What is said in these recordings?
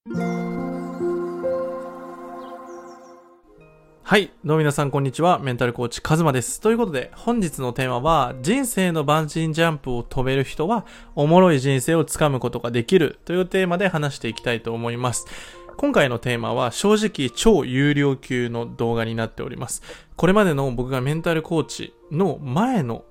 はい。どうも皆さんこんにちは。メンタルコーチカズマです。ということで、本日のテーマは、人生のバンジージャンプを飛べる人は、おもろい人生をつかむことができるというテーマで話していきたいと思います。今回のテーマは、正直超有料級の動画になっております。これまでの僕がメンタルコーチの前の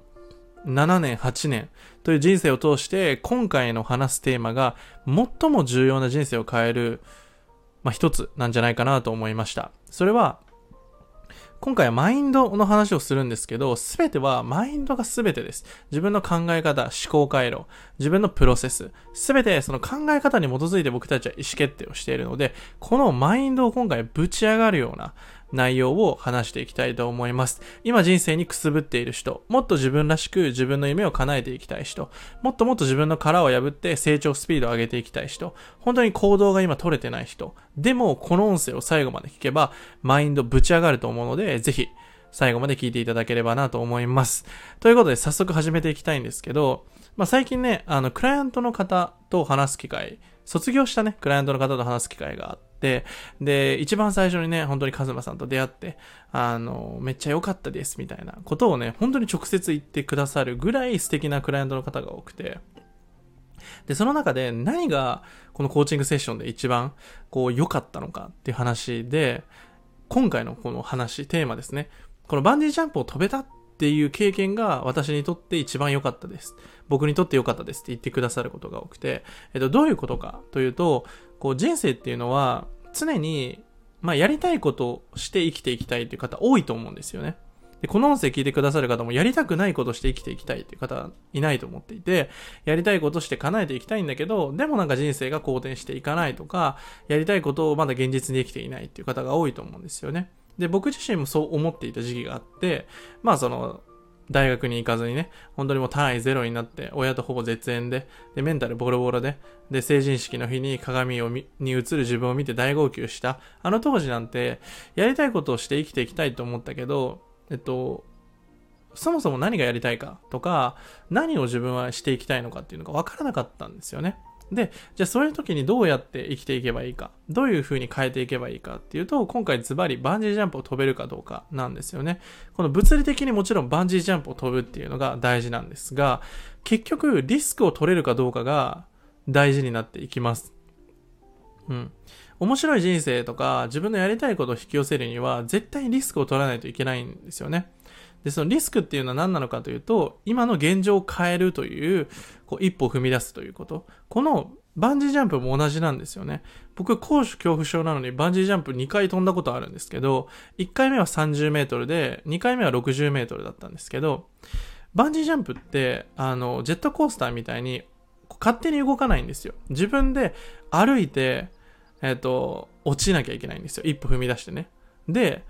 7年、8年という人生を通して、今回の話すテーマが、最も重要な人生を変える、一つなんじゃないかなと思いました。それは、今回はマインドの話をするんですけど、すべてはマインドがすべてです。自分の考え方、思考回路、自分のプロセス、すべてその考え方に基づいて僕たちは意思決定をしているので、このマインドを今回ぶち上がるような内容を話していきたいと思います。今人生にくすぶっている人、もっと自分らしく自分の夢を叶えていきたい人、もっともっと自分の殻を破って成長スピードを上げていきたい人、本当に行動が今取れてない人、でもこの音声を最後まで聞けばマインドぶち上がると思うので、ぜひ最後まで聞いていただければなと思います。ということで早速始めていきたいんですけど、最近ね、クライアントの方と話す機会、卒業したね、クライアントの方と話す機会があって、で、一番最初にね、本当にカズマさんと出会って、めっちゃ良かったですみたいなことをね、本当に直接言ってくださるぐらい素敵なクライアントの方が多くて、で、その中で何がこのコーチングセッションで一番良かったのかっていう話で、今回のこの話、テーマですね。このバンジージャンプを飛べたっていう経験が私にとって一番良かったです。僕にとって良かったですって言ってくださることが多くて、どういうことかというと、人生っていうのは常に、やりたいことをして生きていきたいという方多いと思うんですよね。で、この音声聞いてくださる方もやりたくないことして生きていきたいという方はいないと思っていて、やりたいことして叶えていきたいんだけど、でもなんか人生が好転していかないとか、やりたいことをまだ現実にできていないっていう方が多いと思うんですよね。で、僕自身もそう思っていた時期があって、大学に行かずにね、本当にもう単位ゼロになって、親とほぼ絶縁で、メンタルボロボロで、成人式の日に鏡に映る自分を見て大号泣した。あの当時なんて、やりたいことをして生きていきたいと思ったけど、そもそも何がやりたいかとか、何を自分はしていきたいのかっていうのが分からなかったんですよね。で、じゃあそういう時にどうやって生きていけばいいか、どういう風に変えていけばいいかっていうと、今回ズバリバンジージャンプを飛べるかどうかなんですよね。この物理的にもちろんバンジージャンプを飛ぶっていうのが大事なんですが、結局リスクを取れるかどうかが大事になっていきます。面白い人生とか自分のやりたいことを引き寄せるには絶対にリスクを取らないといけないんですよね。で、そのリスクっていうのは何なのかというと、今の現状を変えるという、一歩踏み出すということ。このバンジージャンプも同じなんですよね。僕、高所恐怖症なのにバンジージャンプ2回飛んだことあるんですけど、1回目は30メートルで、2回目は60メートルだったんですけど、バンジージャンプって、ジェットコースターみたいに勝手に動かないんですよ。自分で歩いて、落ちなきゃいけないんですよ。一歩踏み出してね。で、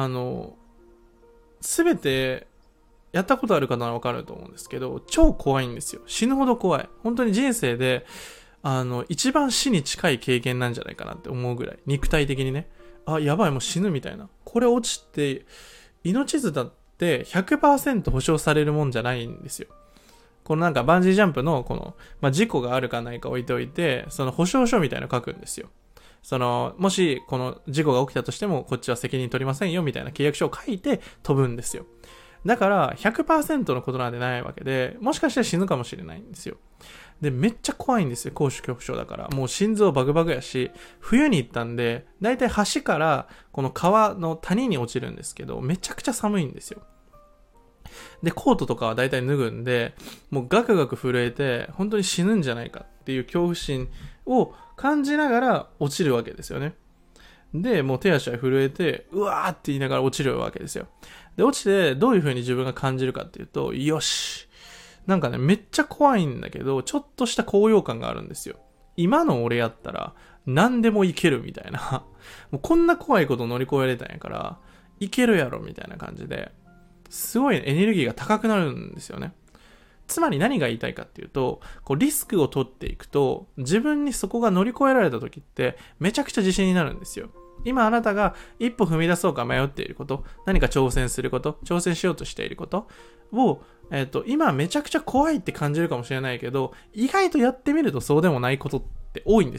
すべてやったことある方はわかると思うんですけど、超怖いんですよ。死ぬほど怖い。本当に人生で、一番死に近い経験なんじゃないかなって思うぐらい。肉体的にね。やばい、もう死ぬみたいな。これ落ちて、命綱って 100% 保証されるもんじゃないんですよ。このなんかバンジージャンプの事故があるかないか置いておいて、その保証書みたいなの書くんですよ。もしこの事故が起きたとしてもこっちは責任取りませんよみたいな契約書を書いて飛ぶんですよ。だから 100% のことなんてないわけで、もしかしたら死ぬかもしれないんですよ。で、めっちゃ怖いんですよ、高所恐怖症だから。もう心臓バグバグやし、冬に行ったんで、だいたい橋からこの川の谷に落ちるんですけど、めちゃくちゃ寒いんですよ。で、コートとかはだいたい脱ぐんで、もうガクガク震えて、本当に死ぬんじゃないかっていう恐怖心を感じながら落ちるわけですよね。で、もう手足は震えて、うわーって言いながら落ちるわけですよ。で、落ちてどういう風に自分が感じるかっていうと、よし。なんかね、めっちゃ怖いんだけど、ちょっとした高揚感があるんですよ。今の俺やったら、何でもいけるみたいな。もうこんな怖いこと乗り越えれたんやから、いけるやろみたいな感じで、すごいエネルギーが高くなるんですよね。つまり何が言いたいかっていうと、リスクを取っていくと、自分にそこが乗り越えられた時って、めちゃくちゃ自信になるんですよ。今あなたが一歩踏み出そうか迷っていること、何か挑戦すること、挑戦しようとしていることを、今めちゃくちゃ怖いって感じるかもしれないけど、意外とやってみるとそうでもないことって多いんですよ。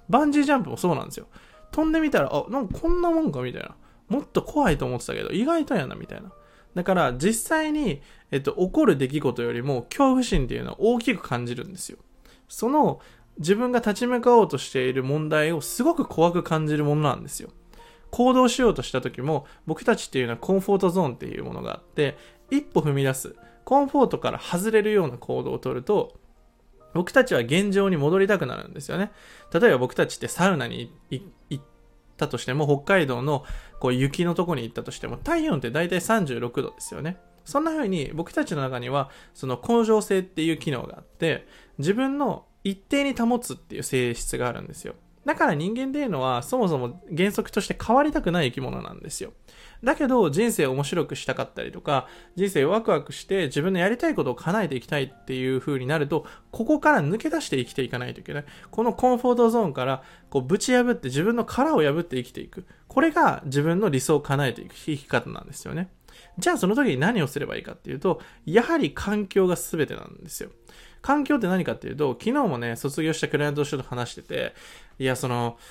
バンジージャンプもそうなんですよ。飛んでみたら、なんかこんなもんかみたいな。もっと怖いと思ってたけど、意外とやなみたいな。だから実際に、起こる出来事よりも恐怖心っていうのは大きく感じるんですよ。その自分が立ち向かおうとしている問題をすごく怖く感じるものなんですよ。行動しようとした時も、僕たちっていうのはコンフォートゾーンっていうものがあって、一歩踏み出す、コンフォートから外れるような行動をとると、僕たちは現状に戻りたくなるんですよね。例えば僕たちってサウナに行ったとしても、北海道のこう雪のとこに行ったとしても、体温って大体36度ですよね。そんな風に僕たちの中にはその恒常性っていう機能があって、自分の一定に保つっていう性質があるんですよ。だから人間っていうのはそもそも原則として変わりたくない生き物なんですよ。だけど人生を面白くしたかったりとか、人生をワクワクして自分のやりたいことを叶えていきたいっていう風になると、ここから抜け出して生きていかないといけない。このコンフォートゾーンからこうぶち破って自分の殻を破って生きていく。これが自分の理想を叶えていく生き方なんですよね。じゃあその時に何をすればいいかっていうと、やはり環境が全てなんですよ。環境って何かっていうと、昨日もね、卒業したクライアントの人と話してて、いや、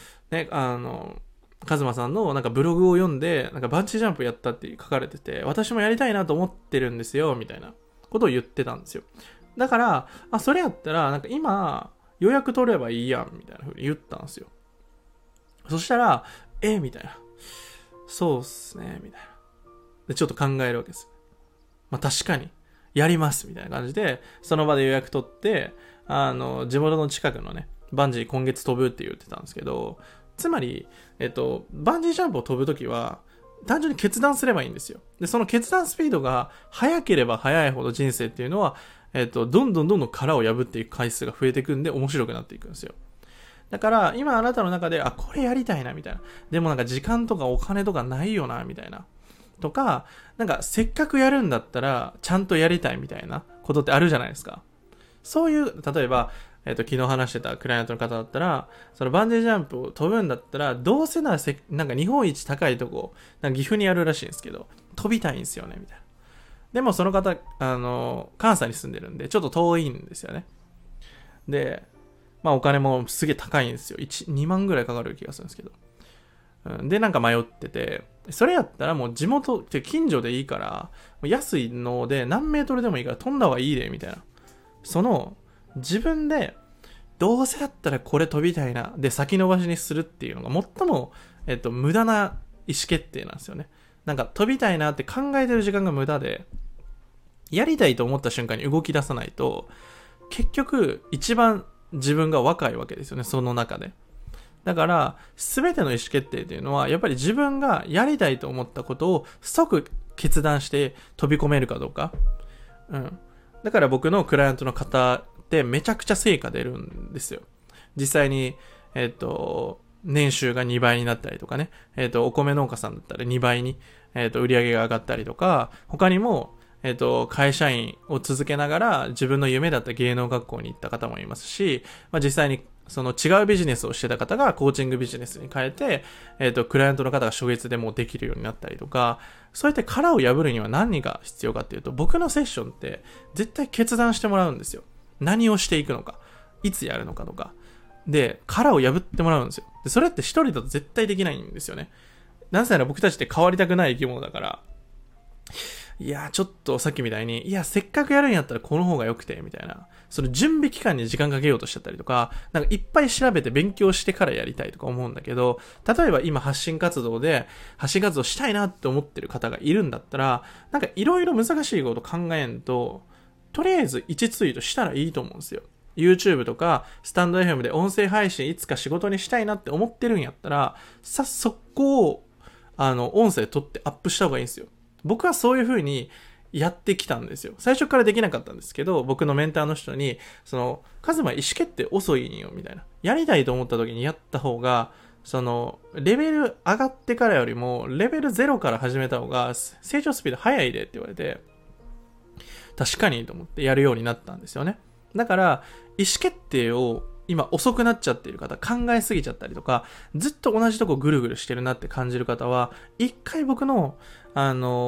カズマさんのなんかブログを読んで、なんかバンジージャンプやったって書かれてて、私もやりたいなと思ってるんですよ、みたいなことを言ってたんですよ。だから、それやったら、なんか今、予約取ればいいやん、みたいな風に言ったんですよ。そしたら、みたいな。そうっすね、みたいな。で、ちょっと考えるわけです。確かに。やりますみたいな感じで、その場で予約取って、地元の近くのね、バンジー今月飛ぶって言ってたんですけど、つまり、バンジージャンプを飛ぶときは、単純に決断すればいいんですよ。で、その決断スピードが速ければ速いほど人生っていうのは、どんどん殻を破っていく回数が増えていくんで面白くなっていくんですよ。だから、今あなたの中で、これやりたいな、みたいな。でもなんか時間とかお金とかないよな、みたいな。とか、なんかせっかくやるんだったらちゃんとやりたいみたいなことってあるじゃないですか。そういう、例えば、昨日話してたクライアントの方だったら、そのバンジージャンプを飛ぶんだったら、どうせならなんか日本一高いとこ、なんか岐阜にあるらしいんですけど、飛びたいんですよね、みたいな。でもその方、関西に住んでるんで、ちょっと遠いんですよね。で、お金もすげえ高いんですよ。2万ぐらいかかる気がするんですけど。で、なんか迷ってて、それやったらもう地元って近所でいいから、安いので何メートルでもいいから飛んだ方がいいで、みたいな。その、自分で、どうせだったらこれ飛びたいな、で先延ばしにするっていうのが最も、無駄な意思決定なんですよね。なんか飛びたいなって考えてる時間が無駄で、やりたいと思った瞬間に動き出さないと、結局一番自分が若いわけですよね、その中で。だから、すべての意思決定っていうのは、やっぱり自分がやりたいと思ったことを即決断して飛び込めるかどうか。だから僕のクライアントの方ってめちゃくちゃ成果出るんですよ。実際に、年収が2倍になったりとかね。お米農家さんだったら2倍に、売り上げが上がったりとか、他にも、会社員を続けながら自分の夢だった芸能学校に行った方もいますし、実際にその違うビジネスをしてた方がコーチングビジネスに変えて、クライアントの方が初月でもうできるようになったりとか、そうやって殻を破るには何が必要かっていうと、僕のセッションって絶対決断してもらうんですよ。何をしていくのか、いつやるのかとか。で、殻を破ってもらうんですよ。で、それって一人だと絶対できないんですよね。なぜなら僕たちって変わりたくない生き物だから、いや、ちょっとさっきみたいに、いや、せっかくやるんやったらこの方が良くて、みたいな。その準備期間に時間かけようとしちゃったりとか、なんかいっぱい調べて勉強してからやりたいとか思うんだけど、例えば今発信活動したいなって思ってる方がいるんだったら、なんかいろいろ難しいこと考えんと、とりあえず1ツイートしたらいいと思うんですよ。YouTube とかスタンド FM で音声配信いつか仕事にしたいなって思ってるんやったら、速攻音声取ってアップした方がいいんですよ。僕はそういう風にやってきたんですよ。最初からできなかったんですけど、僕のメンターの人に、カズマ意思決定遅いんよ、みたいな。やりたいと思った時にやった方が、レベル上がってからよりも、レベル0から始めた方が、成長スピード速いでって言われて、確かにと思ってやるようになったんですよね。だから、意思決定を今遅くなっちゃっている方、考えすぎちゃったりとか、ずっと同じとこぐるぐるしてるなって感じる方は、一回僕の、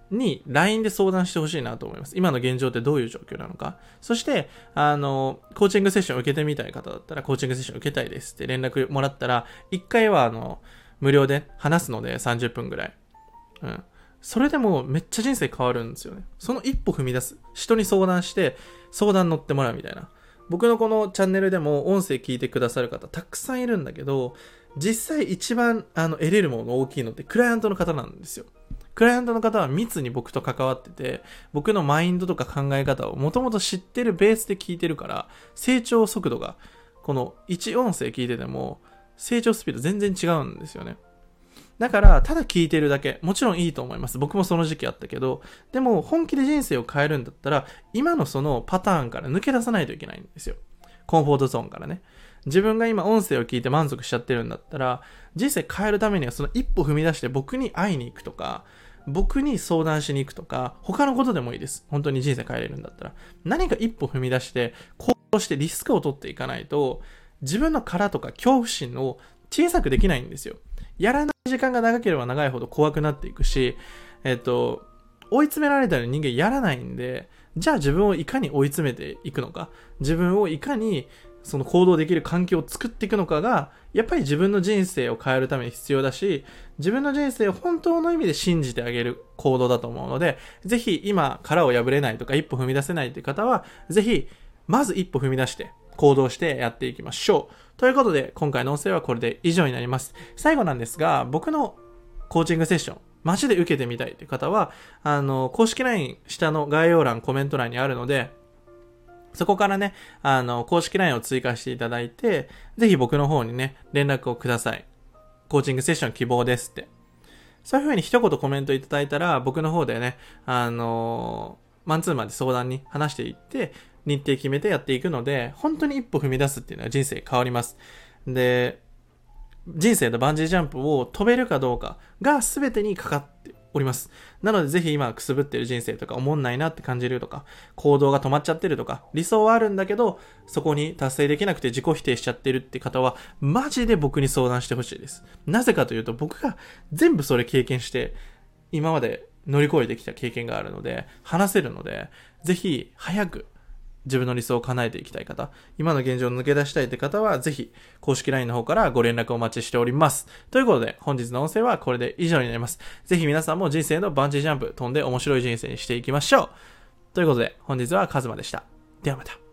に LINE で相談してほしいなと思います。今の現状ってどういう状況なのか。そして、コーチングセッションを受けてみたい方だったら、コーチングセッションを受けたいですって連絡もらったら、1回は無料で話すので30分ぐらい。それでもめっちゃ人生変わるんですよね。その一歩踏み出す。人に相談して、相談乗ってもらうみたいな。僕のこのチャンネルでも音声聞いてくださる方たくさんいるんだけど、実際一番得れるもの大きいのってクライアントの方なんですよ。クライアントの方は密に僕と関わってて、僕のマインドとか考え方をもともと知ってるベースで聞いてるから、成長速度が、この1音声聞いてても、成長スピード全然違うんですよね。だから、ただ聞いてるだけ、もちろんいいと思います。僕もその時期あったけど、でも本気で人生を変えるんだったら、今のそのパターンから抜け出さないといけないんですよ。コンフォートゾーンからね。自分が今音声を聞いて満足しちゃってるんだったら、人生変えるためにはその一歩踏み出して僕に会いに行くとか、僕に相談しに行くとか、他のことでもいいです。本当に人生変えれるんだったら。何か一歩踏み出して、行動してリスクを取っていかないと、自分の殻とか恐怖心を小さくできないんですよ。やらない時間が長ければ長いほど怖くなっていくし、追い詰められたら人間やらないんで、じゃあ自分をいかに追い詰めていくのか、自分をいかにその行動できる環境を作っていくのかが、やっぱり自分の人生を変えるために必要だし、自分の人生を本当の意味で信じてあげる行動だと思うので、ぜひ今殻を破れないとか一歩踏み出せないという方は、ぜひまず一歩踏み出して行動してやっていきましょう。ということで、今回の音声はこれで以上になります。最後なんですが、僕のコーチングセッション、マジで受けてみたいという方は、公式 LINE 下の概要欄、コメント欄にあるので、そこからね、公式 LINE を追加していただいて、ぜひ僕の方にね、連絡をください。コーチングセッション希望ですって。そういう風に一言コメントいただいたら、僕の方でね、マンツーマンで相談に話していって、日程決めてやっていくので、本当に一歩踏み出すっていうのは人生変わります。で、人生のバンジージャンプを飛べるかどうかが全てにかかっております。なのでぜひ今くすぶってる人生とか思んないなって感じるとか、行動が止まっちゃってるとか、理想はあるんだけど、そこに達成できなくて自己否定しちゃってるって方は、マジで僕に相談してほしいです。なぜかというと、僕が全部それ経験して、今まで乗り越えてきた経験があるので、話せるので、ぜひ早く自分の理想を叶えていきたい方、今の現状を抜け出したいって方は、ぜひ公式 LINE の方からご連絡をお待ちしております。ということで、本日の音声はこれで以上になります。ぜひ皆さんも人生のバンジージャンプ飛んで面白い人生にしていきましょう。ということで、本日はカズマでした。ではまた。